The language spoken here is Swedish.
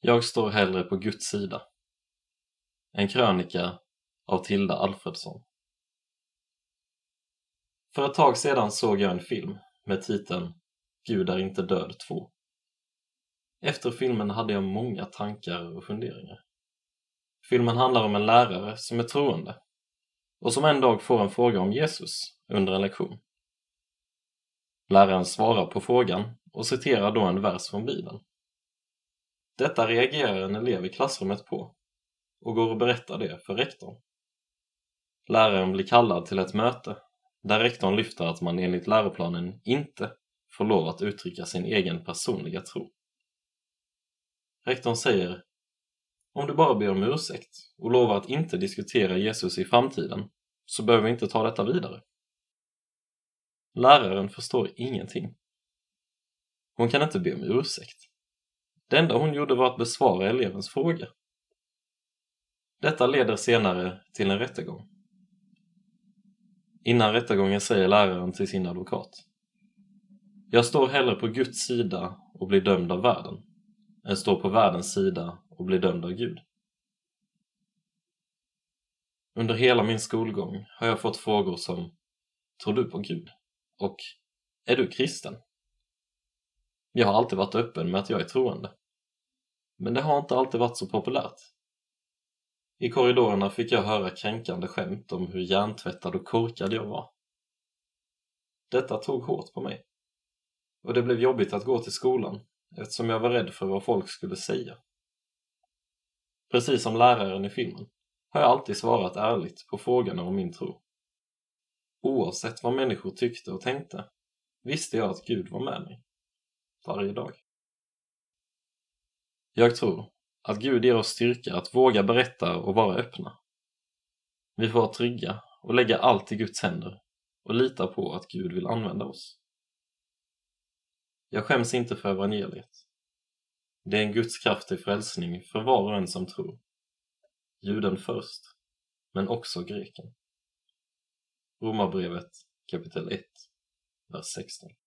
Jag står hellre på Guds sida. En krönika av Tilda Alfredsson. För ett tag sedan såg jag en film med titeln Gud är inte död 2. Efter filmen hade jag många tankar och funderingar. Filmen handlar om en lärare som är troende och som en dag får en fråga om Jesus under en lektion. Läraren svarar på frågan och citerar då en vers från Bibeln. Detta reagerar en elev i klassrummet på och går och berättar det för rektorn. Läraren blir kallad till ett möte där rektorn lyfter att man enligt läroplanen inte får lov att uttrycka sin egen personliga tro. Rektorn säger: om du bara ber om ursäkt och lovar att inte diskutera Jesus i framtiden så behöver vi inte ta detta vidare. Läraren förstår ingenting. Hon kan inte be om ursäkt. Det enda hon gjorde var att besvara elevens fråga. Detta leder senare till en rättegång. Innan rättegången säger läraren till sin advokat: jag står hellre på Guds sida och blir dömd av världen än står på världens sida och blir dömd av Gud. Under hela min skolgång har jag fått frågor som: tror du på Gud? Och är du kristen? Jag har alltid varit öppen med att jag är troende. Men det har inte alltid varit så populärt. I korridorerna fick jag höra kränkande skämt om hur hjärntvättad och korkad jag var. Detta tog hårt på mig. Och det blev jobbigt att gå till skolan eftersom jag var rädd för vad folk skulle säga. Precis som läraren i filmen har jag alltid svarat ärligt på frågorna om min tro. Oavsett vad människor tyckte och tänkte visste jag att Gud var med mig. Varje dag. Jag tror att Gud ger oss styrka att våga berätta och vara öppna. Vi får vara trygga och lägga allt i Guds händer och lita på att Gud vill använda oss. Jag skäms inte för evangeliet. Det är en Guds kraft till frälsning för var och en som tror. Juden först, men också greken. Romarbrevet kapitel 1, vers 16.